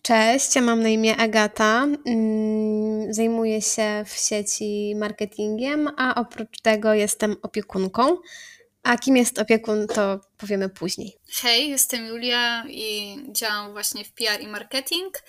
Cześć, ja mam na imię Agata. Zajmuję się w sieci marketingiem, a oprócz tego jestem opiekunką. A kim jest opiekun, to powiemy później. Hej, jestem Julia i działam właśnie w PR i marketing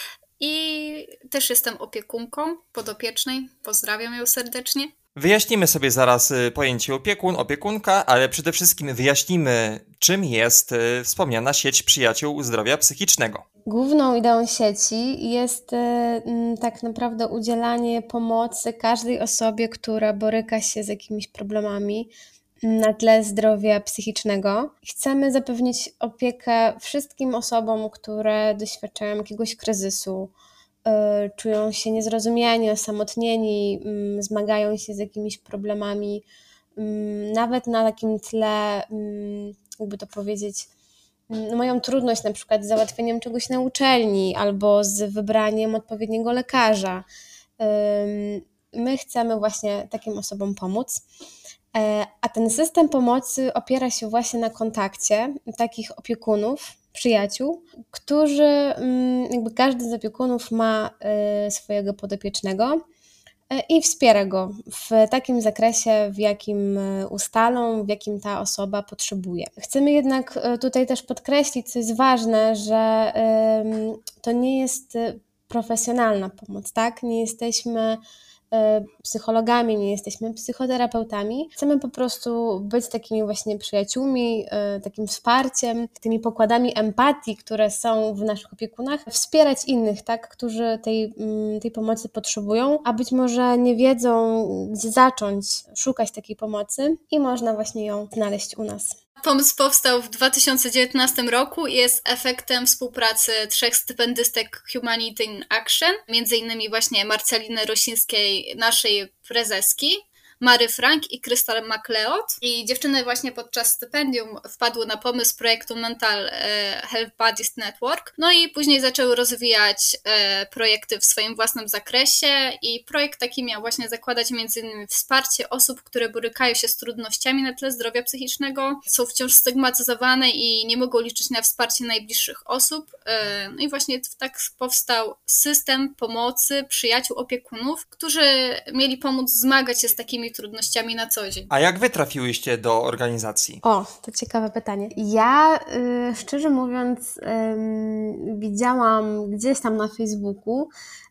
i też jestem opiekunką podopiecznej. Pozdrawiam ją serdecznie. Wyjaśnimy sobie zaraz pojęcie opiekun, opiekunka, ale przede wszystkim wyjaśnimy, czym jest wspomniana sieć przyjaciół zdrowia psychicznego. Główną ideą sieci jest tak naprawdę udzielanie pomocy każdej osobie, która boryka się z jakimiś problemami na tle zdrowia psychicznego. Chcemy zapewnić opiekę wszystkim osobom, które doświadczają jakiegoś kryzysu, czują się niezrozumiani, osamotnieni, zmagają się z jakimiś problemami, nawet na takim tle, jakby to powiedzieć, mają trudność na przykład z załatwieniem czegoś na uczelni albo z wybraniem odpowiedniego lekarza. My chcemy właśnie takim osobom pomóc. A ten system pomocy opiera się właśnie na kontakcie takich opiekunów, przyjaciół, którzy, jakby każdy z opiekunów ma swojego podopiecznego i wspiera go w takim zakresie, w jakim ustalą, w jakim ta osoba potrzebuje. Chcemy jednak tutaj też podkreślić, co jest ważne, że to nie jest profesjonalna pomoc, tak? Nie jesteśmy psychologami, nie jesteśmy psychoterapeutami. Chcemy po prostu być takimi właśnie przyjaciółmi, takim wsparciem, tymi pokładami empatii, które są w naszych opiekunach, wspierać innych, tak, którzy tej pomocy potrzebują, a być może nie wiedzą, gdzie zacząć szukać takiej pomocy i można właśnie ją znaleźć u nas. Pomysł powstał w 2019 roku i jest efektem współpracy 3 stypendystek Humanity in Action, między innymi właśnie Marceliny Rosińskiej, naszej prezeski, Mary Frank i Crystal MacLeod. I dziewczyny właśnie podczas stypendium wpadły na pomysł projektu Mental Health Buddies Network. No i później zaczęły rozwijać projekty w swoim własnym zakresie i projekt taki miał właśnie zakładać m.in. wsparcie osób, które borykają się z trudnościami na tle zdrowia psychicznego, są wciąż stygmatyzowane i nie mogą liczyć na wsparcie najbliższych osób. No i właśnie tak powstał system pomocy przyjaciół opiekunów, którzy mieli pomóc zmagać się z takimi trudnościami na co dzień. A jak wy trafiłyście do organizacji? O, to ciekawe pytanie. Ja, szczerze mówiąc, widziałam gdzieś tam na Facebooku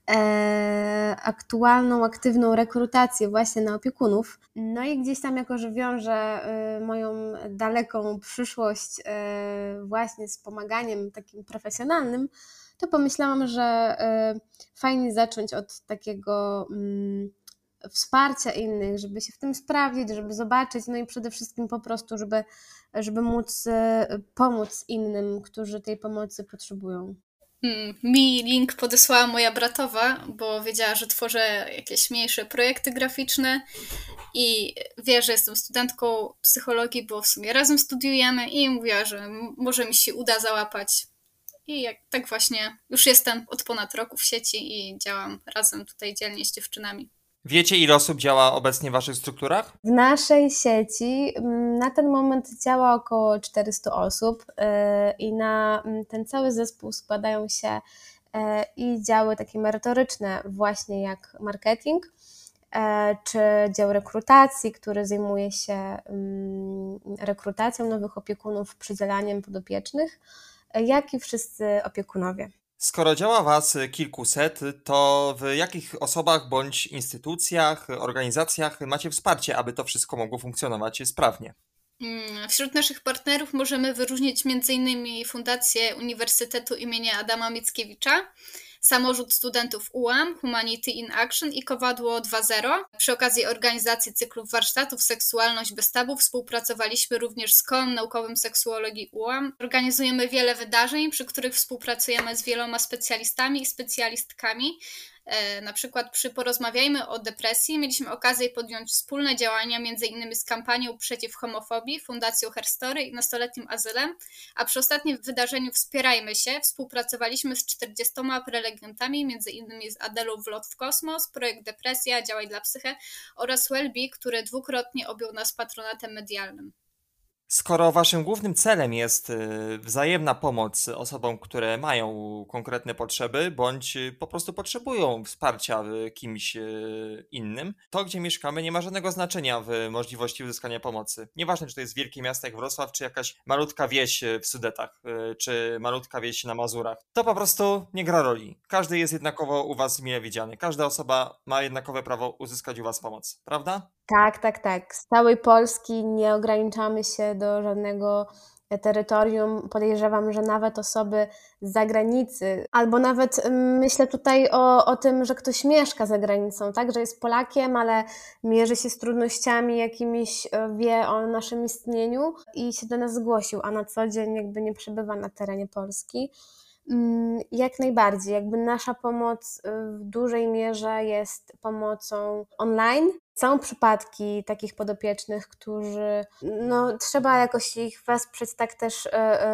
aktualną, aktywną rekrutację właśnie na opiekunów. No i gdzieś tam, jako że wiążę moją daleką przyszłość właśnie z pomaganiem takim profesjonalnym, to pomyślałam, że fajnie zacząć od takiego wsparcia innych, żeby się w tym sprawdzić, żeby zobaczyć, no i przede wszystkim po prostu, żeby móc pomóc innym, którzy tej pomocy potrzebują. Mi link podesłała moja bratowa, bo wiedziała, że tworzę jakieś mniejsze projekty graficzne i wie, że jestem studentką psychologii, bo w sumie razem studiujemy i mówiła, że może mi się uda załapać. I tak właśnie już jestem od ponad roku w sieci i działam razem tutaj dzielnie z dziewczynami. Wiecie, ile osób działa obecnie w waszych strukturach? W naszej sieci na ten moment działa około 400 osób i na ten cały zespół składają się i działy takie merytoryczne, właśnie jak marketing, czy dział rekrutacji, który zajmuje się rekrutacją nowych opiekunów, przydzielaniem podopiecznych, jak i wszyscy opiekunowie. Skoro działa was kilkuset, to w jakich osobach bądź instytucjach, organizacjach macie wsparcie, aby to wszystko mogło funkcjonować sprawnie? Wśród naszych partnerów możemy wyróżnić m.in. Fundację Uniwersytetu imienia Adama Mickiewicza, Samorząd Studentów UAM, Humanity in Action i Kowadło 2.0. Przy okazji organizacji cyklów warsztatów Seksualność bez tabu współpracowaliśmy również z Kołem Naukowym Seksuologii UAM. Organizujemy wiele wydarzeń, przy których współpracujemy z wieloma specjalistami i specjalistkami. Na przykład przy Porozmawiajmy o depresji mieliśmy okazję podjąć wspólne działania m.in. z kampanią przeciw homofobii, Fundacją Herstory i Nastoletnim Azylem, a przy ostatnim wydarzeniu Wspierajmy się współpracowaliśmy z 40 prelegentami, m.in. z Adelą Wlot w Kosmos, Projekt Depresja, Działaj dla Psyche oraz Wellbe, który dwukrotnie objął nas patronatem medialnym. Skoro waszym głównym celem jest wzajemna pomoc osobom, które mają konkretne potrzeby, bądź po prostu potrzebują wsparcia kimś innym, to gdzie mieszkamy nie ma żadnego znaczenia w możliwości uzyskania pomocy. Nieważne, czy to jest wielkie miasto jak Wrocław, czy jakaś malutka wieś w Sudetach, czy malutka wieś na Mazurach. To po prostu nie gra roli. Każdy jest jednakowo u was mile widziany. Każda osoba ma jednakowe prawo uzyskać u was pomoc, prawda? Tak, tak, tak. Z całej Polski nie ograniczamy się do żadnego terytorium. Podejrzewam, że nawet osoby z zagranicy, albo nawet myślę tutaj o tym, że ktoś mieszka za granicą, tak, że jest Polakiem, ale mierzy się z trudnościami jakimiś, wie o naszym istnieniu i się do nas zgłosił, a na co dzień jakby nie przebywa na terenie Polski. Jak najbardziej. Jakby nasza pomoc w dużej mierze jest pomocą online. Są przypadki takich podopiecznych, którzy, no trzeba jakoś ich wesprzeć tak też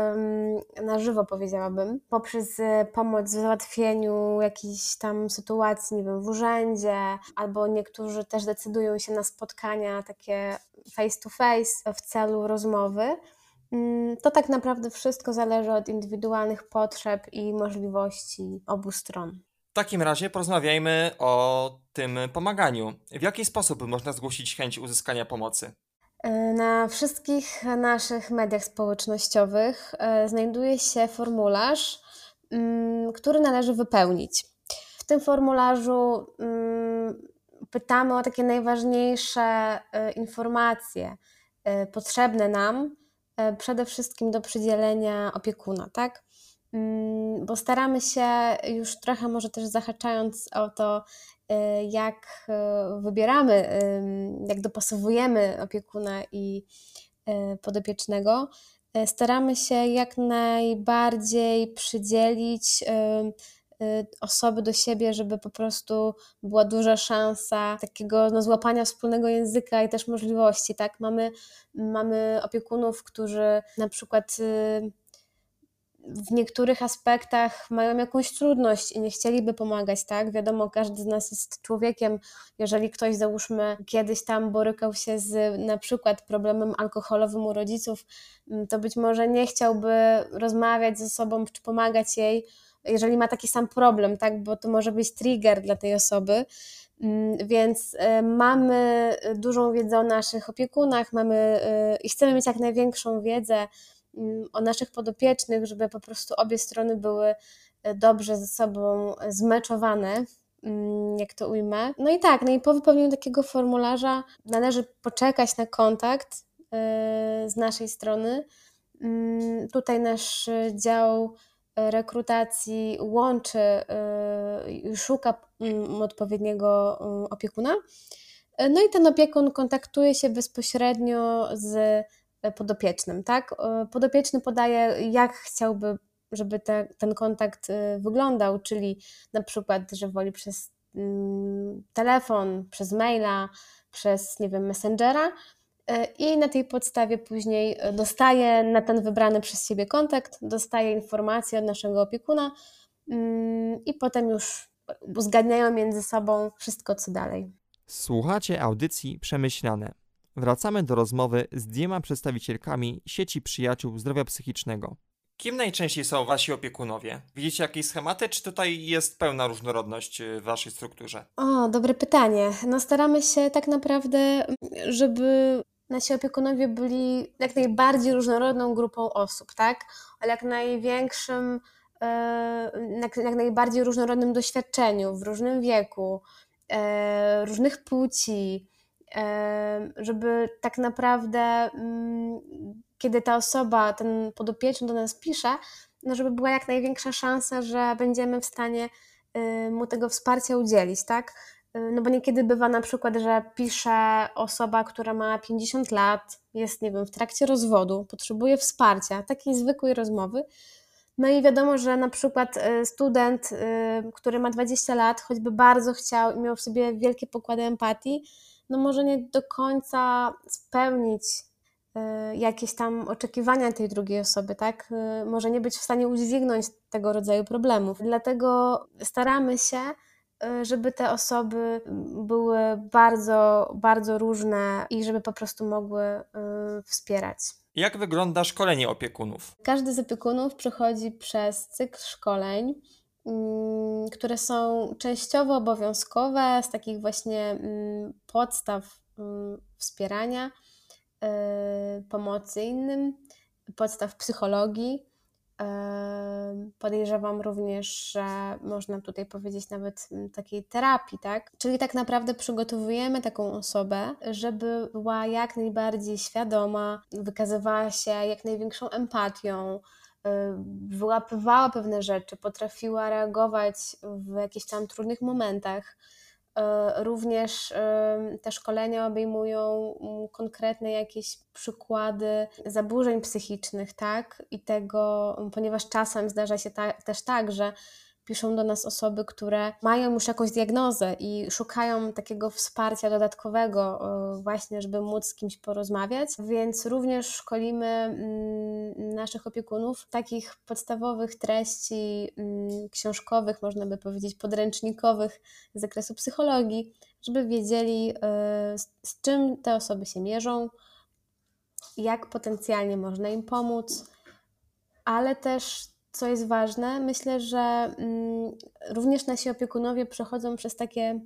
na żywo, powiedziałabym, poprzez pomoc w załatwieniu jakichś tam sytuacji, nie wiem, w urzędzie, albo niektórzy też decydują się na spotkania takie face to face w celu rozmowy. To tak naprawdę wszystko zależy od indywidualnych potrzeb i możliwości obu stron. W takim razie porozmawiajmy o tym pomaganiu. W jaki sposób można zgłosić chęć uzyskania pomocy? Na wszystkich naszych mediach społecznościowych znajduje się formularz, który należy wypełnić. W tym formularzu pytamy o takie najważniejsze informacje potrzebne nam, przede wszystkim do przydzielenia opiekuna, tak? Bo staramy się już trochę może też zahaczając o to, jak wybieramy, jak dopasowujemy opiekuna i podopiecznego, staramy się jak najbardziej przydzielić osoby do siebie, żeby po prostu była duża szansa takiego no, złapania wspólnego języka i też możliwości, tak? Mamy opiekunów, którzy na przykład w niektórych aspektach mają jakąś trudność i nie chcieliby pomagać, tak? Wiadomo, każdy z nas jest człowiekiem. Jeżeli ktoś, załóżmy, kiedyś tam borykał się z na przykład problemem alkoholowym u rodziców, to być może nie chciałby rozmawiać ze sobą czy pomagać jej, jeżeli ma taki sam problem, tak? Bo to może być trigger dla tej osoby. Więc mamy dużą wiedzę o naszych opiekunach, i chcemy mieć jak największą wiedzę o naszych podopiecznych, żeby po prostu obie strony były dobrze ze sobą zmeczowane, jak to ujmę. No i tak, no i po wypełnieniu takiego formularza należy poczekać na kontakt z naszej strony. Tutaj nasz dział rekrutacji łączy i szuka odpowiedniego opiekuna. No i ten opiekun kontaktuje się bezpośrednio z podopiecznym, tak? Podopieczny podaje, jak chciałby, żeby ten kontakt wyglądał, czyli na przykład, że woli przez telefon, przez maila, przez, nie wiem, Messengera i na tej podstawie później dostaje na ten wybrany przez siebie kontakt, dostaje informacje od naszego opiekuna i potem już uzgadniają między sobą wszystko, co dalej. Słuchacie audycji Przemyślane. Wracamy do rozmowy z dwiema przedstawicielkami sieci przyjaciół zdrowia psychicznego. Kim najczęściej są wasi opiekunowie? Widzicie jakieś schematy, czy tutaj jest pełna różnorodność w waszej strukturze? O, dobre pytanie. No staramy się tak naprawdę, żeby nasi opiekunowie byli jak najbardziej różnorodną grupą osób, tak? Ale jak największym, jak najbardziej różnorodnym doświadczeniu, w różnym wieku, różnych płci, żeby tak naprawdę, kiedy ta osoba, ten podopieczny do nas pisze, no żeby była jak największa szansa, że będziemy w stanie mu tego wsparcia udzielić, tak? No bo niekiedy bywa na przykład, że pisze osoba, która ma 50 lat, jest, nie wiem, w trakcie rozwodu, potrzebuje wsparcia, takiej zwykłej rozmowy. No i wiadomo, że na przykład student, który ma 20 lat, choćby bardzo chciał i miał w sobie wielkie pokłady empatii, no może nie do końca spełnić jakieś tam oczekiwania tej drugiej osoby, tak? Może nie być w stanie udźwignąć tego rodzaju problemów. Dlatego staramy się, żeby te osoby były bardzo, bardzo różne i żeby po prostu mogły wspierać. Jak wygląda szkolenie opiekunów? Każdy z opiekunów przechodzi przez cykl szkoleń, które są częściowo obowiązkowe, z takich właśnie podstaw wspierania, pomocy innym, podstaw psychologii. Podejrzewam również, że można tutaj powiedzieć nawet takiej terapii, tak? Czyli tak naprawdę przygotowujemy taką osobę, żeby była jak najbardziej świadoma, wykazywała się jak największą empatią, wyłapywała pewne rzeczy, potrafiła reagować w jakichś tam trudnych momentach. Również te szkolenia obejmują konkretne jakieś przykłady zaburzeń psychicznych, tak? I tego, ponieważ czasem zdarza się też tak, że piszą do nas osoby, które mają już jakąś diagnozę i szukają takiego wsparcia dodatkowego właśnie, żeby móc z kimś porozmawiać, więc również szkolimy naszych opiekunów takich podstawowych treści książkowych, można by powiedzieć podręcznikowych z zakresu psychologii, żeby wiedzieli, z czym te osoby się mierzą, jak potencjalnie można im pomóc, ale też, co jest ważne, myślę, że również nasi opiekunowie przechodzą przez takie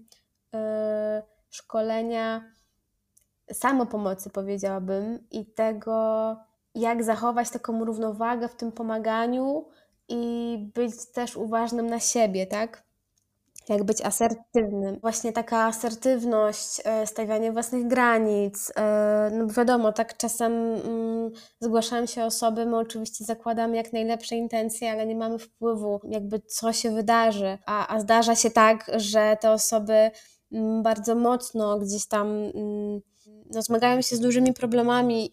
szkolenia samopomocy, powiedziałabym, i tego, jak zachować taką równowagę w tym pomaganiu i być też uważnym na siebie, tak? Jak być asertywnym. Właśnie taka asertywność, stawianie własnych granic. No wiadomo, tak czasem zgłaszają się osoby, my oczywiście zakładamy jak najlepsze intencje, ale nie mamy wpływu, jakby co się wydarzy. A zdarza się tak, że te osoby bardzo mocno gdzieś tam no, zmagają się z dużymi problemami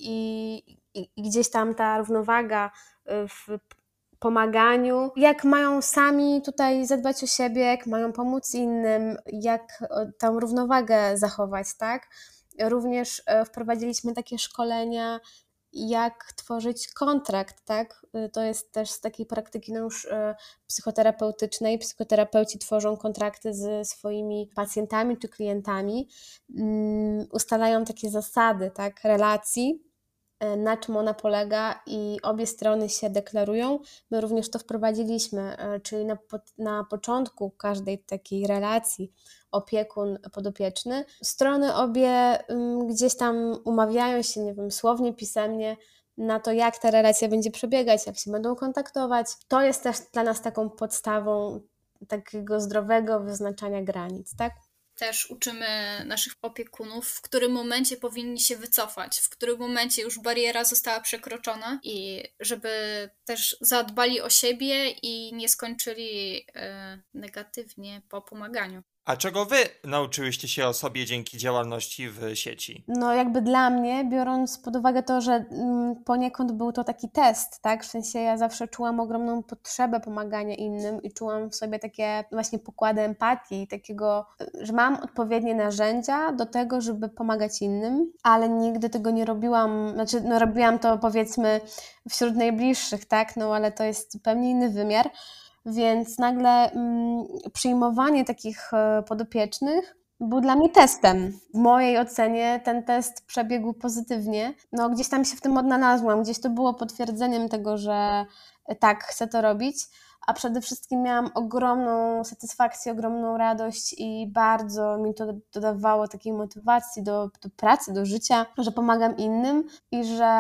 i gdzieś tam ta równowaga w pomaganiu, jak mają sami tutaj zadbać o siebie, jak mają pomóc innym, jak tą równowagę zachować, tak? Również wprowadziliśmy takie szkolenia, jak tworzyć kontrakt, tak? To jest też z takiej praktyki no już psychoterapeutycznej. Psychoterapeuci tworzą kontrakty ze swoimi pacjentami czy klientami, ustalają takie zasady, tak? Relacji, na czym ona polega i obie strony się deklarują. My również to wprowadziliśmy, czyli na początku każdej takiej relacji opiekun-podopieczny strony obie gdzieś tam umawiają się, nie wiem, słownie, pisemnie na to, jak ta relacja będzie przebiegać, jak się będą kontaktować. To jest też dla nas taką podstawą takiego zdrowego wyznaczania granic, tak? Też uczymy naszych opiekunów, w którym momencie powinni się wycofać, w którym momencie już bariera została przekroczona i żeby też zadbali o siebie i nie skończyli negatywnie po pomaganiu. A czego wy nauczyłyście się o sobie dzięki działalności w sieci? No jakby dla mnie, biorąc pod uwagę to, że poniekąd był to taki test, tak? W sensie ja zawsze czułam ogromną potrzebę pomagania innym i czułam w sobie takie właśnie pokłady empatii, takiego, że mam odpowiednie narzędzia do tego, żeby pomagać innym, ale nigdy tego nie robiłam, znaczy no robiłam to powiedzmy wśród najbliższych, tak? No ale to jest zupełnie inny wymiar. Więc nagle przyjmowanie takich podopiecznych był dla mnie testem. W mojej ocenie ten test przebiegł pozytywnie. No, gdzieś tam się w tym odnalazłam, gdzieś to było potwierdzeniem tego, że tak, chcę to robić, a przede wszystkim miałam ogromną satysfakcję, ogromną radość i bardzo mi to dodawało takiej motywacji do pracy, do życia, że pomagam innym i że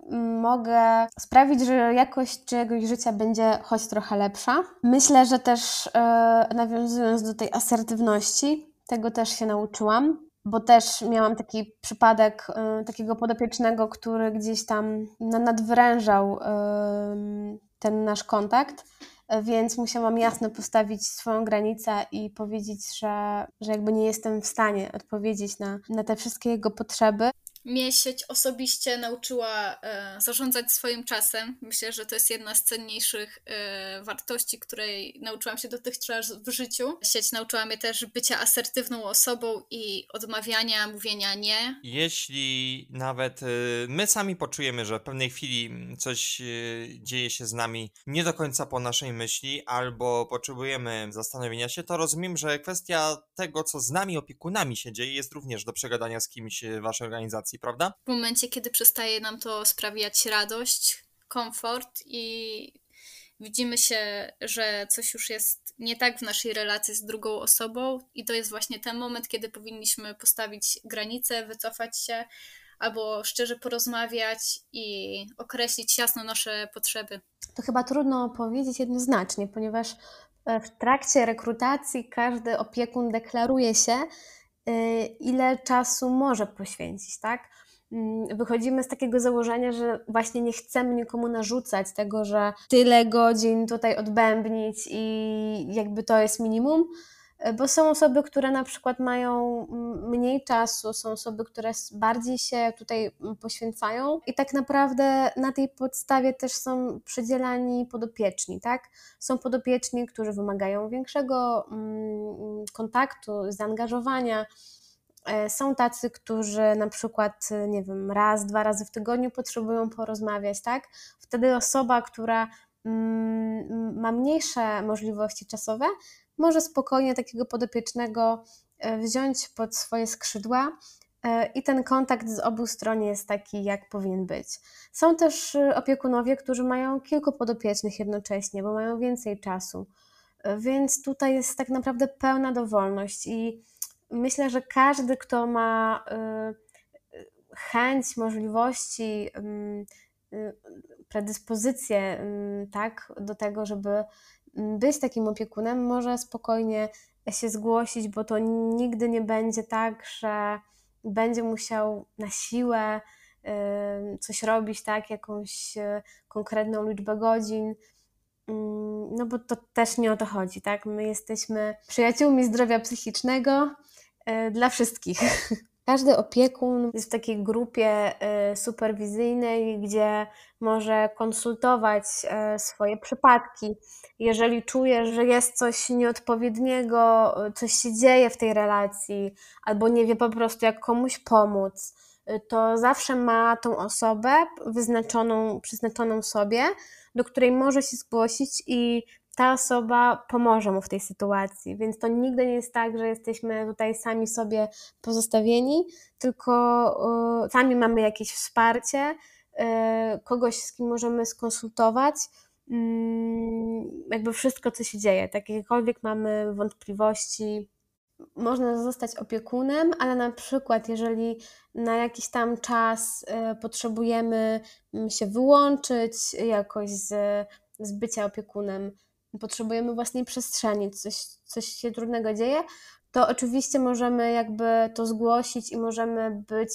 mogę sprawić, że jakość czyjegoś życia będzie choć trochę lepsza. Myślę, że też nawiązując do tej asertywności, tego też się nauczyłam, bo też miałam taki przypadek takiego podopiecznego, który gdzieś tam nadwyrężał ten nasz kontakt, więc musiałam jasno postawić swoją granicę i powiedzieć, że jakby nie jestem w stanie odpowiedzieć na te wszystkie jego potrzeby. Mnie sieć osobiście nauczyła zarządzać swoim czasem. Myślę, że to jest jedna z cenniejszych wartości, której nauczyłam się dotychczas w życiu. Sieć nauczyła mnie też bycia asertywną osobą i odmawiania, mówienia nie. Jeśli nawet my sami poczujemy, że w pewnej chwili coś dzieje się z nami nie do końca po naszej myśli, albo potrzebujemy zastanowienia się, to rozumiem, że kwestia tego, co z nami opiekunami się dzieje, jest również do przegadania z kimś w waszej organizacji. sytuacji, prawda? W momencie, kiedy przestaje nam to sprawiać radość, komfort i widzimy się, że coś już jest nie tak w naszej relacji z drugą osobą i to jest właśnie ten moment, kiedy powinniśmy postawić granice, wycofać się albo szczerze porozmawiać i określić jasno nasze potrzeby. To chyba trudno powiedzieć jednoznacznie, ponieważ w trakcie rekrutacji każdy opiekun deklaruje się, ile czasu może poświęcić, tak? Wychodzimy z takiego założenia, że właśnie nie chcemy nikomu narzucać tego, że tyle godzin tutaj odbębnić i jakby to jest minimum, bo są osoby, które na przykład mają mniej czasu, są osoby, które bardziej się tutaj poświęcają i tak naprawdę na tej podstawie też są przydzielani podopieczni, tak? Są podopieczni, którzy wymagają większego kontaktu, zaangażowania. Są tacy, którzy na przykład, nie wiem, raz, 2 razy w tygodniu potrzebują porozmawiać, tak? Wtedy osoba, która ma mniejsze możliwości czasowe, może spokojnie takiego podopiecznego wziąć pod swoje skrzydła i ten kontakt z obu stron jest taki, jak powinien być. Są też opiekunowie, którzy mają kilku podopiecznych jednocześnie, bo mają więcej czasu, więc tutaj jest tak naprawdę pełna dowolność i myślę, że każdy, kto ma chęć, możliwości, predyspozycję, tak, do tego, żeby być takim opiekunem, może spokojnie się zgłosić, bo to nigdy nie będzie tak, że będzie musiał na siłę coś robić, tak, jakąś konkretną liczbę godzin, no bo to też nie o to chodzi, tak? My jesteśmy przyjaciółmi zdrowia psychicznego dla wszystkich. Każdy opiekun jest w takiej grupie superwizyjnej, gdzie może konsultować swoje przypadki. Jeżeli czuje, że jest coś nieodpowiedniego, coś się dzieje w tej relacji, albo nie wie po prostu, jak komuś pomóc, to zawsze ma tą osobę przeznaczoną sobie, do której może się zgłosić i ta osoba pomoże mu w tej sytuacji, więc to nigdy nie jest tak, że jesteśmy tutaj sami sobie pozostawieni, tylko sami mamy jakieś wsparcie, kogoś, z kim możemy skonsultować, jakby wszystko, co się dzieje, tak jakiekolwiek mamy wątpliwości. Można zostać opiekunem, ale na przykład jeżeli na jakiś tam czas potrzebujemy się wyłączyć jakoś z bycia opiekunem, potrzebujemy własnej przestrzeni, coś się trudnego dzieje, to oczywiście możemy jakby to zgłosić i możemy być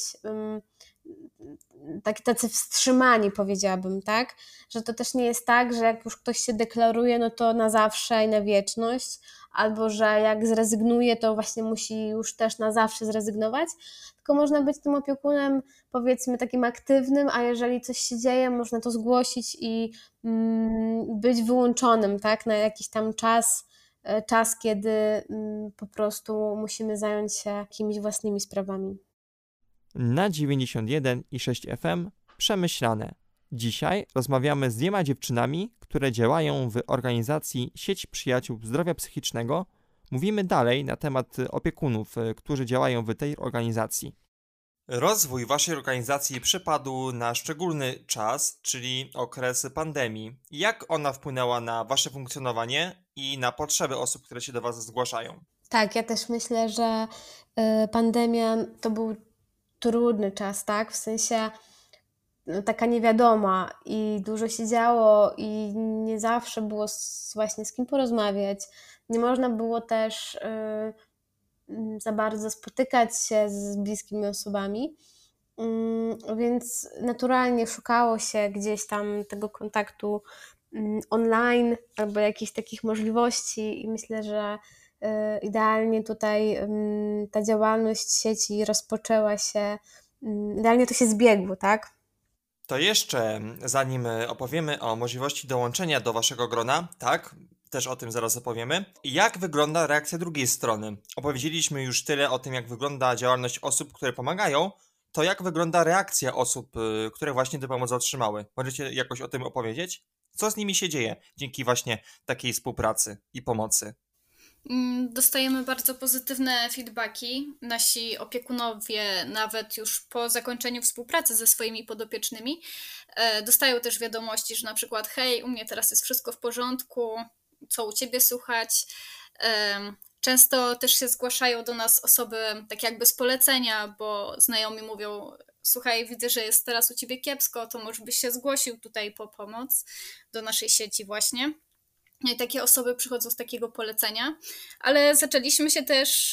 tacy wstrzymani, powiedziałabym, tak? Że to też nie jest tak, że jak już ktoś się deklaruje, no to na zawsze i na wieczność, albo że jak zrezygnuje, to właśnie musi już też na zawsze zrezygnować, tylko można być tym opiekunem, powiedzmy, takim aktywnym, a jeżeli coś się dzieje, można to zgłosić i być wyłączonym, tak, na jakiś tam czas, kiedy po prostu musimy zająć się jakimiś własnymi sprawami. Na 91,6 FM Przemyślane. Dzisiaj rozmawiamy z 2 dziewczynami, które działają w organizacji Sieć Przyjaciół Zdrowia Psychicznego. Mówimy dalej na temat opiekunów, którzy działają w tej organizacji. Rozwój waszej organizacji przypadł na szczególny czas, czyli okres pandemii. Jak ona wpłynęła na wasze funkcjonowanie i na potrzeby osób, które się do was zgłaszają? Tak, ja też myślę, że pandemia to był trudny czas, tak? W sensie taka niewiadoma i dużo się działo i nie zawsze było właśnie z kim porozmawiać. Nie można było też za bardzo spotykać się z bliskimi osobami, więc naturalnie szukało się gdzieś tam tego kontaktu online albo jakichś takich możliwości i myślę, że idealnie tutaj ta działalność sieci rozpoczęła się, idealnie to się zbiegło, tak? To jeszcze, zanim opowiemy o możliwości dołączenia do waszego grona, tak, też o tym zaraz opowiemy, jak wygląda reakcja drugiej strony. Opowiedzieliśmy już tyle o tym, jak wygląda działalność osób, które pomagają, to jak wygląda reakcja osób, które właśnie tę pomoc otrzymały. Możecie jakoś o tym opowiedzieć? Co z nimi się dzieje dzięki właśnie takiej współpracy i pomocy? Dostajemy bardzo pozytywne feedbacki. Nasi opiekunowie, nawet już po zakończeniu współpracy ze swoimi podopiecznymi, dostają też wiadomości, że na przykład hej, u mnie teraz jest wszystko w porządku, co u ciebie słychać. Często też się zgłaszają do nas osoby tak jakby z polecenia, bo znajomi mówią, słuchaj, widzę, że jest teraz u ciebie kiepsko, to może byś się zgłosił tutaj po pomoc do naszej sieci właśnie. No i takie osoby przychodzą z takiego polecenia, ale zaczęliśmy się też,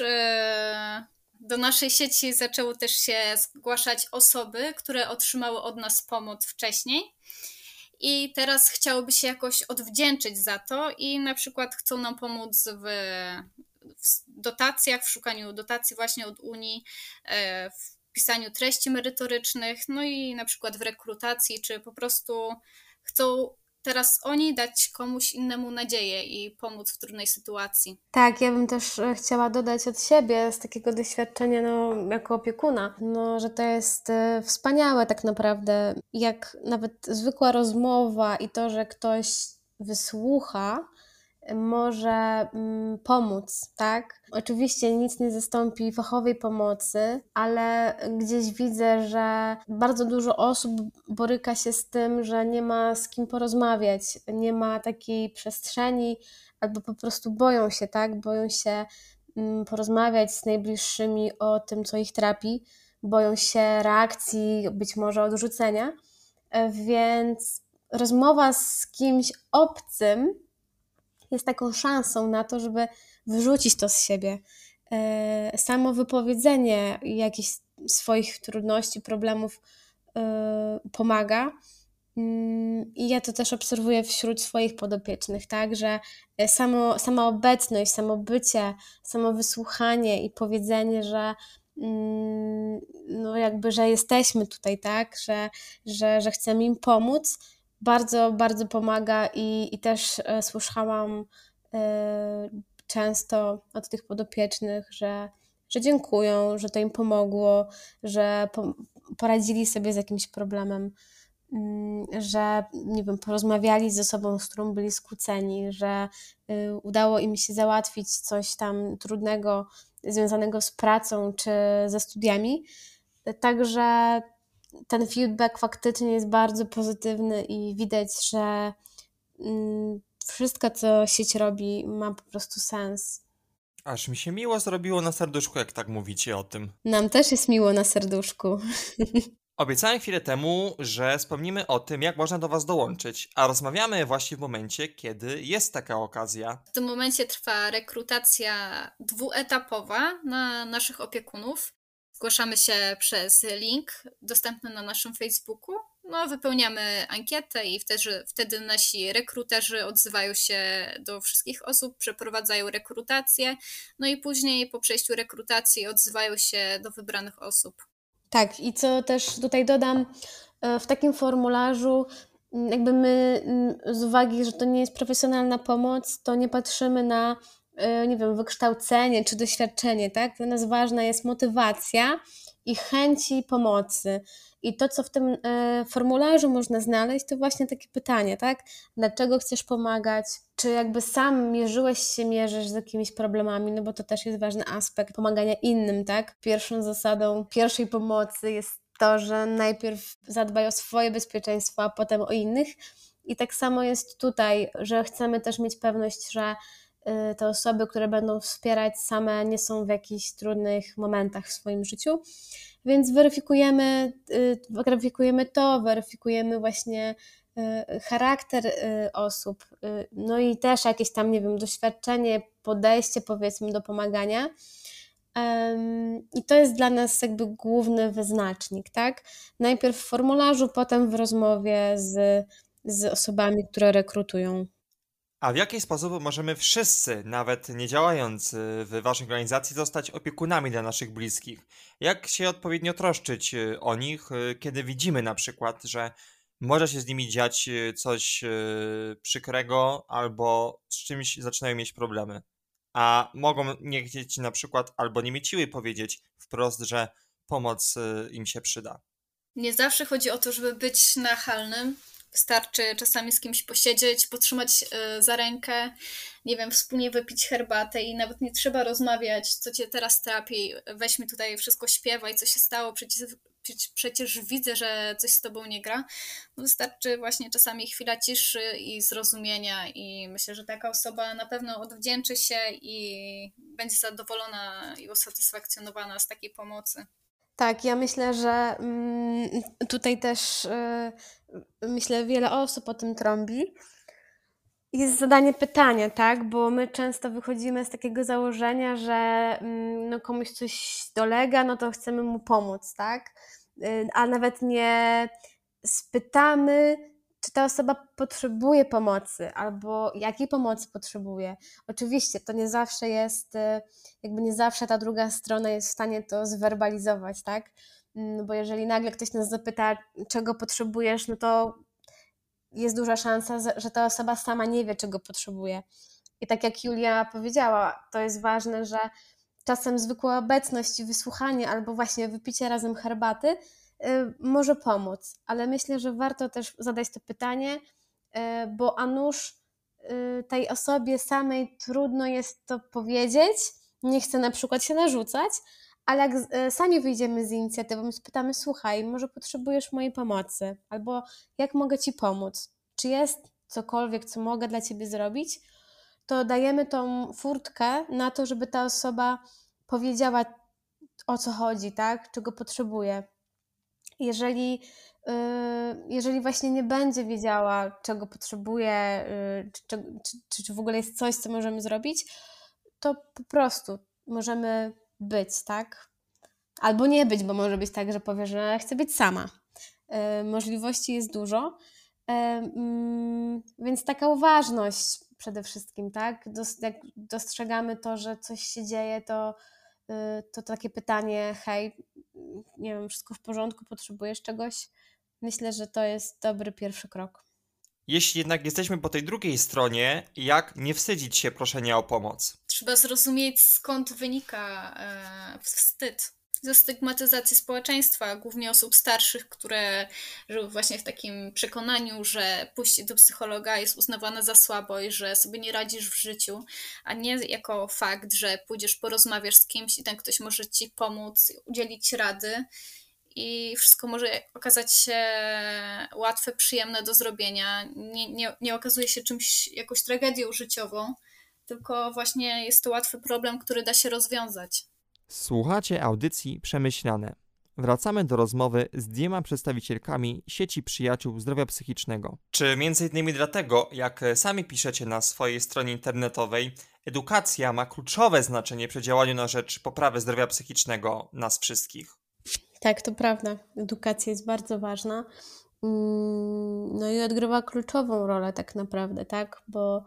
do naszej sieci zaczęły też się zgłaszać osoby, które otrzymały od nas pomoc wcześniej i teraz chciałyby się jakoś odwdzięczyć za to i na przykład chcą nam pomóc w dotacjach, w szukaniu dotacji właśnie od Unii, w pisaniu treści merytorycznych, no i na przykład w rekrutacji, czy po prostu chcą teraz oni dać komuś innemu nadzieję i pomóc w trudnej sytuacji. Tak, ja bym też chciała dodać od siebie z takiego doświadczenia, jako opiekuna, że to jest wspaniałe tak naprawdę, jak nawet zwykła rozmowa i to, że ktoś wysłucha, może pomóc, tak? Oczywiście nic nie zastąpi fachowej pomocy, ale gdzieś widzę, że bardzo dużo osób boryka się z tym, że nie ma z kim porozmawiać, nie ma takiej przestrzeni, albo po prostu boją się, tak? Boją się porozmawiać z najbliższymi o tym, co ich trapi, boją się reakcji, być może odrzucenia, więc rozmowa z kimś obcym jest taką szansą na to, żeby wyrzucić to z siebie. Samo wypowiedzenie jakichś swoich trudności, problemów pomaga. I ja to też obserwuję wśród swoich podopiecznych, tak, że sama obecność, samo bycie, samo wysłuchanie i powiedzenie, że jakby, że jesteśmy tutaj, tak, że chcemy im pomóc, bardzo, bardzo pomaga i też słyszałam często od tych podopiecznych, że dziękują, że to im pomogło, że poradzili sobie z jakimś problemem, że nie wiem, porozmawiali z osobą, z którą byli skłóceni, że udało im się załatwić coś tam trudnego związanego z pracą czy ze studiami. Także ten feedback faktycznie jest bardzo pozytywny i widać, że wszystko, co sieć robi, ma po prostu sens. Aż mi się miło zrobiło na serduszku, jak tak mówicie o tym. Nam też jest miło na serduszku. Obiecałem chwilę temu, że wspomnimy o tym, jak można do Was dołączyć, a rozmawiamy właśnie w momencie, kiedy jest taka okazja. W tym momencie trwa rekrutacja dwuetapowa na naszych opiekunów. Zgłaszamy się przez link dostępny na naszym Facebooku. Wypełniamy ankietę i wtedy nasi rekruterzy odzywają się do wszystkich osób, przeprowadzają rekrutację, i później po przejściu rekrutacji odzywają się do wybranych osób. Tak, i co też tutaj dodam, w takim formularzu jakby my z uwagi, że to nie jest profesjonalna pomoc, to nie patrzymy na, nie wiem, wykształcenie czy doświadczenie, tak? Dla nas ważna jest motywacja i chęci pomocy. I to, co w tym formularzu można znaleźć, to właśnie takie pytanie, tak? Dlaczego chcesz pomagać? Czy jakby sam mierzysz z jakimiś problemami, bo to też jest ważny aspekt pomagania innym, tak? Pierwszą zasadą pierwszej pomocy jest to, że najpierw zadbaj o swoje bezpieczeństwo, a potem o innych. I tak samo jest tutaj, że chcemy też mieć pewność, że te osoby, które będą wspierać, same nie są w jakichś trudnych momentach w swoim życiu. Więc weryfikujemy właśnie charakter osób, i też jakieś tam, nie wiem, doświadczenie, podejście, powiedzmy, do pomagania. I to jest dla nas jakby główny wyznacznik, tak? Najpierw w formularzu, potem w rozmowie z osobami, które rekrutują. A w jaki sposób możemy wszyscy, nawet nie działając w Waszej organizacji, zostać opiekunami dla naszych bliskich? Jak się odpowiednio troszczyć o nich, kiedy widzimy na przykład, że może się z nimi dziać coś przykrego albo z czymś zaczynają mieć problemy? A mogą nie chcieć na przykład albo nie mieć siły powiedzieć wprost, że pomoc im się przyda. Nie zawsze chodzi o to, żeby być nachalnym. Wystarczy czasami z kimś posiedzieć, potrzymać za rękę, nie wiem, wspólnie wypić herbatę i nawet nie trzeba rozmawiać, co cię teraz trapi, weź mi tutaj wszystko śpiewaj, co się stało, przecież widzę, że coś z tobą nie gra. Wystarczy właśnie czasami chwila ciszy i zrozumienia i myślę, że taka osoba na pewno odwdzięczy się i będzie zadowolona i usatysfakcjonowana z takiej pomocy. Tak, ja myślę, że tutaj też myślę, wiele osób o tym trąbi. Jest zadanie pytania, tak? Bo my często wychodzimy z takiego założenia, że no komuś coś dolega, no to chcemy mu pomóc, tak? A nawet nie spytamy, czy ta osoba potrzebuje pomocy, albo jakiej pomocy potrzebuje. Oczywiście to nie zawsze jest, jakby nie zawsze ta druga strona jest w stanie to zwerbalizować, tak? Bo jeżeli nagle ktoś nas zapyta, czego potrzebujesz, no to jest duża szansa, że ta osoba sama nie wie, czego potrzebuje. I tak jak Julia powiedziała, to jest ważne, że czasem zwykła obecność i wysłuchanie albo właśnie wypicie razem herbaty może pomóc. Ale myślę, że warto też zadać to pytanie, bo a nuż tej osobie samej trudno jest to powiedzieć, nie chcę na przykład się narzucać, ale jak sami wyjdziemy z inicjatywą i spytamy, słuchaj, może potrzebujesz mojej pomocy, albo jak mogę ci pomóc, czy jest cokolwiek, co mogę dla ciebie zrobić, to dajemy tą furtkę na to, żeby ta osoba powiedziała, o co chodzi, tak? Czego potrzebuje. Jeżeli właśnie nie będzie wiedziała, czego potrzebuje, czy w ogóle jest coś, co możemy zrobić, to po prostu możemy być, tak? Albo nie być, bo może być tak, że powie, że chce być sama. Możliwości jest dużo, więc taka uważność przede wszystkim, tak? Jak dostrzegamy to, że coś się dzieje, to takie pytanie, hej, nie wiem, wszystko w porządku, potrzebujesz czegoś? Myślę, że to jest dobry pierwszy krok. Jeśli jednak jesteśmy po tej drugiej stronie, jak nie wstydzić się proszenia o pomoc? Trzeba zrozumieć, skąd wynika wstyd. Ze stygmatyzacji społeczeństwa, głównie osób starszych, które żyły właśnie w takim przekonaniu, że pójście do psychologa jest uznawane za słabość, że sobie nie radzisz w życiu, a nie jako fakt, że pójdziesz, porozmawiasz z kimś i ten ktoś może ci pomóc, udzielić rady i wszystko może okazać się łatwe, przyjemne do zrobienia. Nie okazuje się czymś, jakąś tragedią życiową, tylko właśnie jest to łatwy problem, który da się rozwiązać. Słuchacie audycji Przemyślane. Wracamy do rozmowy z 2 przedstawicielkami sieci przyjaciół zdrowia psychicznego. Czy między innymi dlatego, jak sami piszecie na swojej stronie internetowej, edukacja ma kluczowe znaczenie przy działaniu na rzecz poprawy zdrowia psychicznego nas wszystkich? Tak, to prawda. Edukacja jest bardzo ważna. No i odgrywa kluczową rolę tak naprawdę, tak? Bo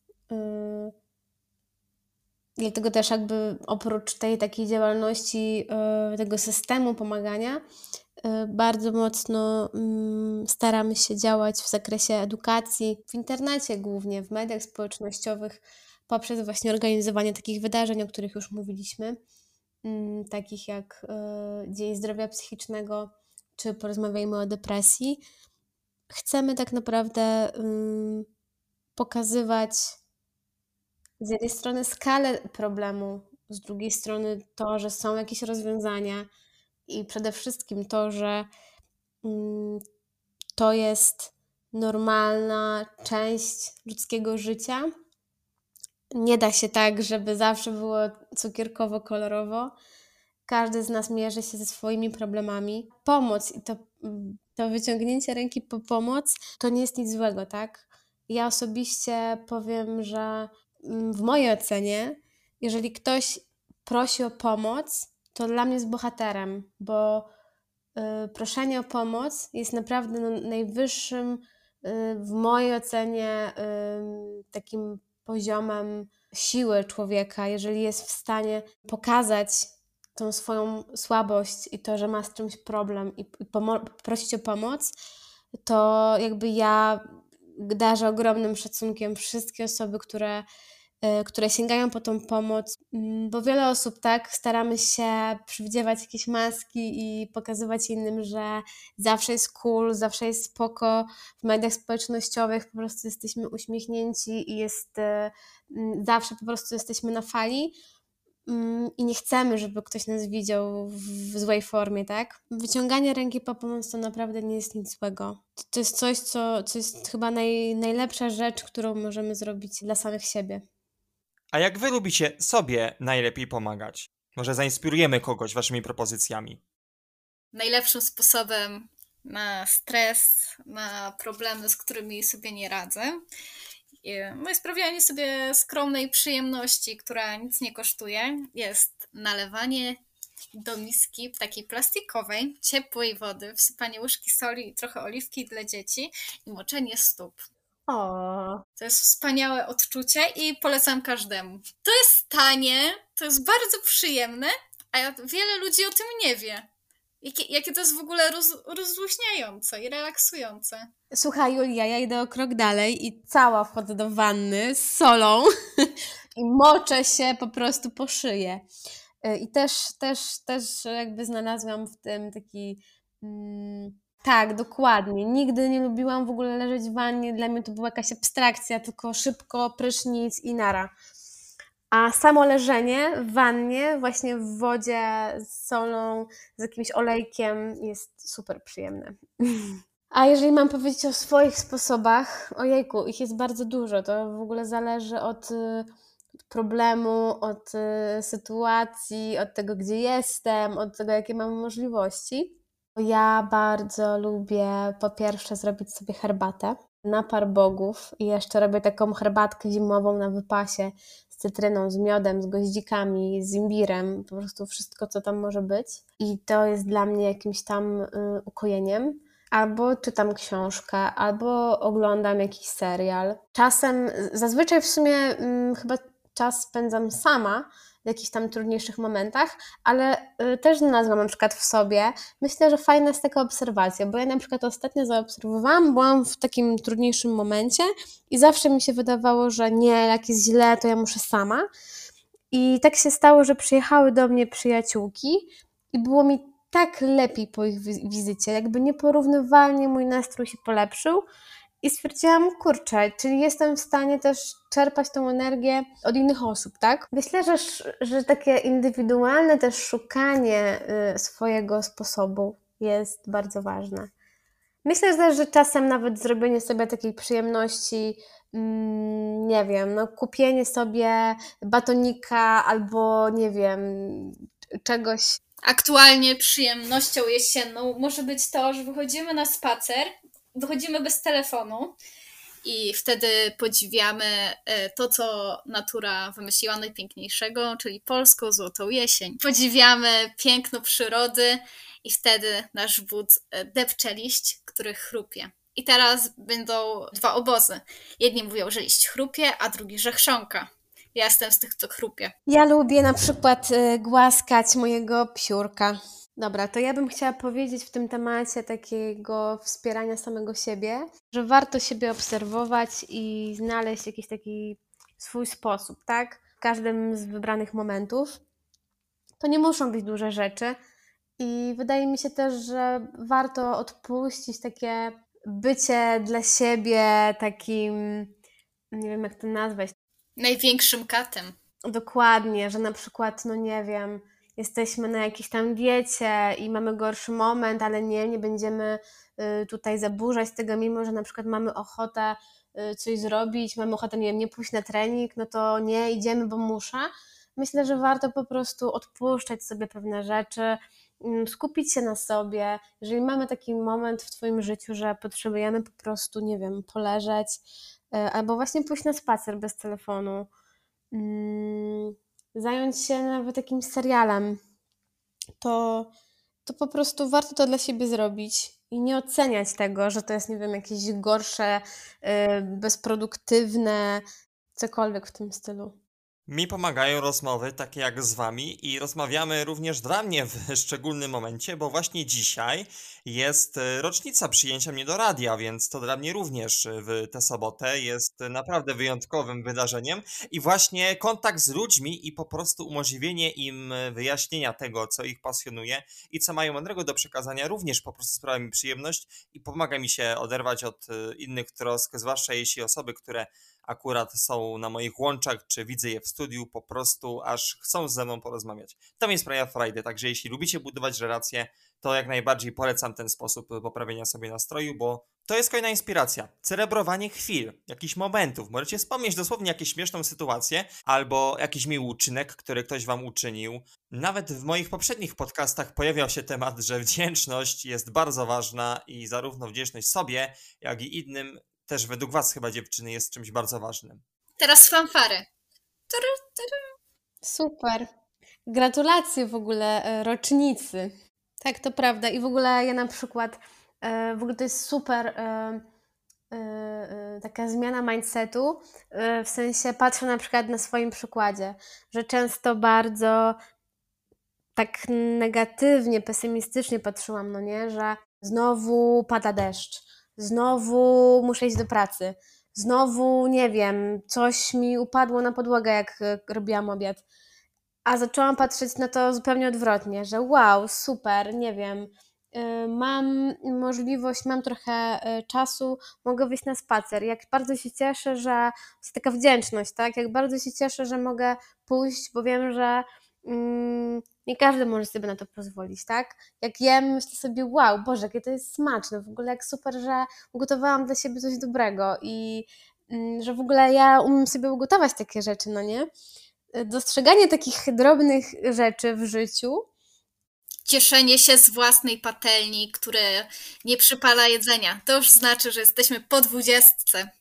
dlatego też jakby oprócz tej takiej działalności tego systemu pomagania bardzo mocno staramy się działać w zakresie edukacji, w internecie głównie, w mediach społecznościowych, poprzez właśnie organizowanie takich wydarzeń, o których już mówiliśmy, takich jak Dzień Zdrowia Psychicznego, czy Porozmawiajmy o depresji. Chcemy tak naprawdę pokazywać z jednej strony skalę problemu, z drugiej strony to, że są jakieś rozwiązania i przede wszystkim to, że to jest normalna część ludzkiego życia. Nie da się tak, żeby zawsze było cukierkowo-kolorowo. Każdy z nas mierzy się ze swoimi problemami. Pomoc i to wyciągnięcie ręki po pomoc to nie jest nic złego, tak? Ja osobiście powiem, że w mojej ocenie, jeżeli ktoś prosi o pomoc, to dla mnie jest bohaterem, bo proszenie o pomoc jest naprawdę najwyższym, w mojej ocenie, takim poziomem siły człowieka, jeżeli jest w stanie pokazać tą swoją słabość i to, że ma z czymś problem i prosić o pomoc, to jakby ja darzę ogromnym szacunkiem wszystkie osoby, które które sięgają po tą pomoc, bo wiele osób, tak, staramy się przywdziewać jakieś maski i pokazywać innym, że zawsze jest cool, zawsze jest spoko, w mediach społecznościowych po prostu jesteśmy uśmiechnięci i zawsze po prostu jesteśmy na fali. I nie chcemy, żeby ktoś nas widział w złej formie, tak? Wyciąganie ręki po pomoc to naprawdę nie jest nic złego. To jest coś, co jest chyba najlepsza rzecz, którą możemy zrobić dla samych siebie. A jak wy lubicie sobie najlepiej pomagać? Może zainspirujemy kogoś waszymi propozycjami? Najlepszym sposobem na stres, na problemy, z którymi sobie nie radzę, no i sprawianie sobie skromnej przyjemności, która nic nie kosztuje, jest nalewanie do miski takiej plastikowej, ciepłej wody, wsypanie łyżki soli i trochę oliwki dla dzieci i moczenie stóp. O, To jest wspaniałe odczucie i polecam każdemu. To jest tanie, to jest bardzo przyjemne, a wiele ludzi o tym nie wie. Jakie to jest w ogóle rozluźniające i relaksujące. słuchaj, Julia, ja idę o krok dalej i cała wchodzę do wanny z solą i moczę się po prostu po szyję. I też jakby znalazłam w tym taki... tak, dokładnie. Nigdy nie lubiłam w ogóle leżeć w wannie. Dla mnie to była jakaś abstrakcja, tylko szybko, prysznic i nara. A samo leżenie w wannie, właśnie w wodzie z solą, z jakimś olejkiem jest super przyjemne. A jeżeli mam powiedzieć o swoich sposobach, ojejku, ich jest bardzo dużo. To w ogóle zależy od problemu, od sytuacji, od tego, gdzie jestem, od tego, jakie mam możliwości. Ja bardzo lubię po pierwsze zrobić sobie herbatę na par bogów i jeszcze robię taką herbatkę zimową na wypasie z cytryną, z miodem, z goździkami, z imbirem, po prostu wszystko, co tam może być. I to jest dla mnie jakimś tam ukojeniem. Albo czytam książkę, albo oglądam jakiś serial. Czasem, zazwyczaj w sumie chyba czas spędzam sama w jakichś tam trudniejszych momentach, ale też znalazłam na przykład w sobie, myślę, że fajna jest taka obserwacja, bo ja na przykład ostatnio zaobserwowałam, byłam w takim trudniejszym momencie i zawsze mi się wydawało, że nie, jak jest źle, to ja muszę sama. I tak się stało, że przyjechały do mnie przyjaciółki i było mi tak lepiej po ich wizycie, jakby nieporównywalnie mój nastrój się polepszył i stwierdziłam, kurczę, czyli jestem w stanie też czerpać tą energię od innych osób, tak? Myślę, że takie indywidualne też szukanie swojego sposobu jest bardzo ważne. Myślę też, że czasem nawet zrobienie sobie takiej przyjemności, nie wiem, no kupienie sobie batonika albo nie wiem, czegoś. Aktualnie przyjemnością jesienną może być to, że wychodzimy na spacer, wychodzimy bez telefonu i wtedy podziwiamy to, co natura wymyśliła najpiękniejszego, czyli polską złotą jesień. Podziwiamy piękno przyrody i wtedy nasz but depcze liść, który chrupie. I teraz będą dwa obozy. Jedni mówią, że liść chrupie, a drugi, że chrząka. Ja jestem z tych, co chrupie. Ja lubię na przykład głaskać mojego psiurka. Dobra, to ja bym chciała powiedzieć w tym temacie takiego wspierania samego siebie, że warto siebie obserwować i znaleźć jakiś taki swój sposób, tak? W każdym z wybranych momentów. To nie muszą być duże rzeczy i wydaje mi się też, że warto odpuścić takie bycie dla siebie takim, nie wiem jak to nazwać. Największym katem. Dokładnie, że na przykład, no nie wiem, jesteśmy na jakiejś tam diecie i mamy gorszy moment, ale nie będziemy tutaj zaburzać tego, mimo że na przykład mamy ochotę coś zrobić, mamy ochotę, nie wiem, nie pójść na trening, no to nie, idziemy, bo muszę. Myślę, że warto po prostu odpuszczać sobie pewne rzeczy, skupić się na sobie. Jeżeli mamy taki moment w Twoim życiu, że potrzebujemy po prostu, nie wiem, poleżeć albo właśnie pójść na spacer bez telefonu, zająć się nawet jakimś serialem, to po prostu warto to dla siebie zrobić i nie oceniać tego, że to jest, nie wiem, jakieś gorsze, bezproduktywne, cokolwiek w tym stylu. Mi pomagają rozmowy takie jak z wami i rozmawiamy również dla mnie w szczególnym momencie, bo właśnie dzisiaj jest rocznica przyjęcia mnie do radia, więc to dla mnie również w tę sobotę jest naprawdę wyjątkowym wydarzeniem i właśnie kontakt z ludźmi i po prostu umożliwienie im wyjaśnienia tego, co ich pasjonuje i co mają mądrego do przekazania, również po prostu sprawia mi przyjemność i pomaga mi się oderwać od innych trosk, zwłaszcza jeśli osoby, które akurat są na moich łączach, czy widzę je w studiu, po prostu aż chcą ze mną porozmawiać. To mi sprawia frajdę, także jeśli lubicie budować relacje, to jak najbardziej polecam ten sposób poprawienia sobie nastroju, bo to jest kolejna inspiracja. Celebrowanie chwil, jakichś momentów. Możecie wspomnieć dosłownie jakąś śmieszną sytuację albo jakiś miły uczynek, który ktoś wam uczynił. Nawet w moich poprzednich podcastach pojawiał się temat, że wdzięczność jest bardzo ważna i zarówno wdzięczność sobie, jak i innym też według was chyba dziewczyny jest czymś bardzo ważnym. Teraz fanfary. Super. Gratulacje w ogóle rocznicy. Tak, to prawda. I w ogóle ja na przykład, w ogóle to jest super taka zmiana mindsetu, w sensie patrzę na przykład na swoim przykładzie, że często bardzo tak negatywnie, pesymistycznie patrzyłam, no nie, że znowu pada deszcz, znowu muszę iść do pracy, znowu, nie wiem, coś mi upadło na podłogę, jak robiłam obiad. A zaczęłam patrzeć na to zupełnie odwrotnie, że wow, super, nie wiem, mam możliwość, mam trochę czasu, mogę wyjść na spacer. Jak bardzo się cieszę, że to jest taka wdzięczność, tak? Jak bardzo się cieszę, że mogę pójść, bo wiem, że nie każdy może sobie na to pozwolić, tak? Jak jem, myślę sobie, wow, Boże, jakie to jest smaczne, w ogóle jak super, że ugotowałam dla siebie coś dobrego i że w ogóle ja umiem sobie ugotować takie rzeczy, no nie? Dostrzeganie takich drobnych rzeczy w życiu. Cieszenie się z własnej patelni, które nie przypala jedzenia. To już znaczy, że jesteśmy po 20.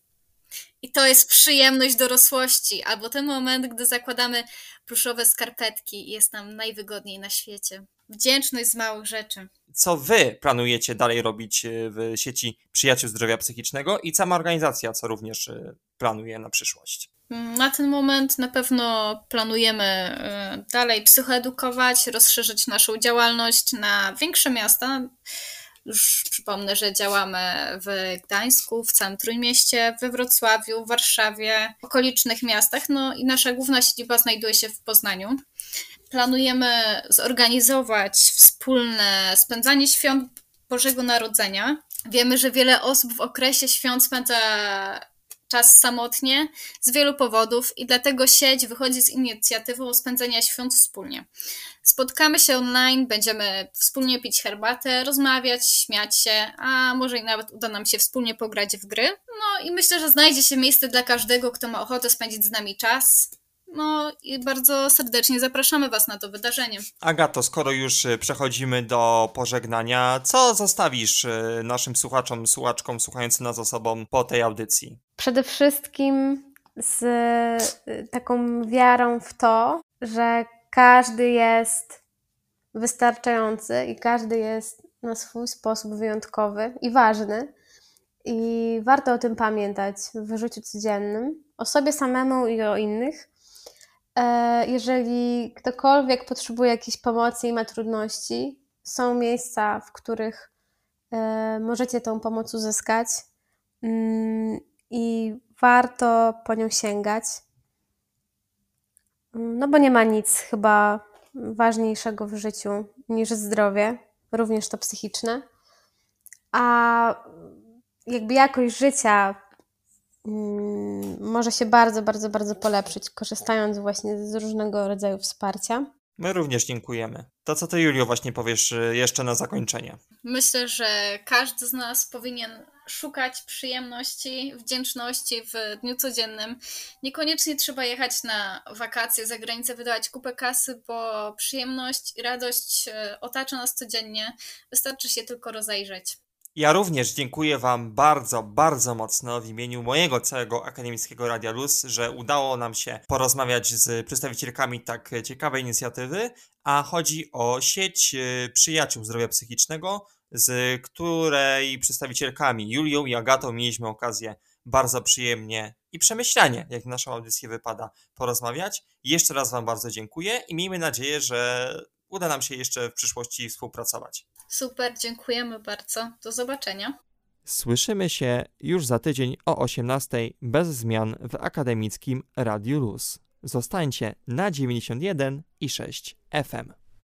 I to jest przyjemność dorosłości, albo ten moment, gdy zakładamy pluszowe skarpetki i jest nam najwygodniej na świecie. Wdzięczność z małych rzeczy. Co wy planujecie dalej robić w sieci Przyjaciół Zdrowia Psychicznego i sama organizacja, co również planuje na przyszłość? Na ten moment na pewno planujemy dalej psychoedukować, rozszerzyć naszą działalność na większe miasta. Już przypomnę, że działamy w Gdańsku, w całym Trójmieście, we Wrocławiu, w Warszawie, w okolicznych miastach, no i nasza główna siedziba znajduje się w Poznaniu. Planujemy zorganizować wspólne spędzanie świąt Bożego Narodzenia. Wiemy, że wiele osób w okresie świąt spędza czas samotnie z wielu powodów i dlatego sieć wychodzi z inicjatywą spędzenia świąt wspólnie. Spotkamy się online, będziemy wspólnie pić herbatę, rozmawiać, śmiać się, a może i nawet uda nam się wspólnie pograć w gry. No i myślę, że znajdzie się miejsce dla każdego, kto ma ochotę spędzić z nami czas. No i bardzo serdecznie zapraszamy Was na to wydarzenie. Agato, skoro już przechodzimy do pożegnania, co zostawisz naszym słuchaczom, słuchaczkom słuchającym nas osobom po tej audycji? Przede wszystkim z taką wiarą w to, że każdy jest wystarczający i każdy jest na swój sposób wyjątkowy i ważny. I warto o tym pamiętać w życiu codziennym, o sobie samemu i o innych. Jeżeli ktokolwiek potrzebuje jakiejś pomocy i ma trudności, są miejsca, w których możecie tą pomoc uzyskać i warto po nią sięgać. No bo nie ma nic chyba ważniejszego w życiu niż zdrowie, również to psychiczne. A jakby jakość życia może się bardzo, bardzo, bardzo polepszyć, korzystając właśnie z różnego rodzaju wsparcia. My również dziękujemy. To co ty, Julio, właśnie powiesz jeszcze na zakończenie? Myślę, że każdy z nas powinien szukać przyjemności, wdzięczności w dniu codziennym. Niekoniecznie trzeba jechać na wakacje za granicę, wydawać kupę kasy, bo przyjemność i radość otacza nas codziennie. Wystarczy się tylko rozejrzeć. Ja również dziękuję wam bardzo, bardzo mocno w imieniu mojego całego Akademickiego Radia Luz, że udało nam się porozmawiać z przedstawicielkami tak ciekawej inicjatywy, a chodzi o sieć Przyjaciół Zdrowia Psychicznego, z której przedstawicielkami Julią i Agatą mieliśmy okazję bardzo przyjemnie i przemyślenie, jak w naszą audycję wypada porozmawiać. Jeszcze raz Wam bardzo dziękuję i miejmy nadzieję, że uda nam się jeszcze w przyszłości współpracować. Super, dziękujemy bardzo. Do zobaczenia. Słyszymy się już za tydzień o 18:00 bez zmian w akademickim Radiu Luz. Zostańcie na 91,6 FM.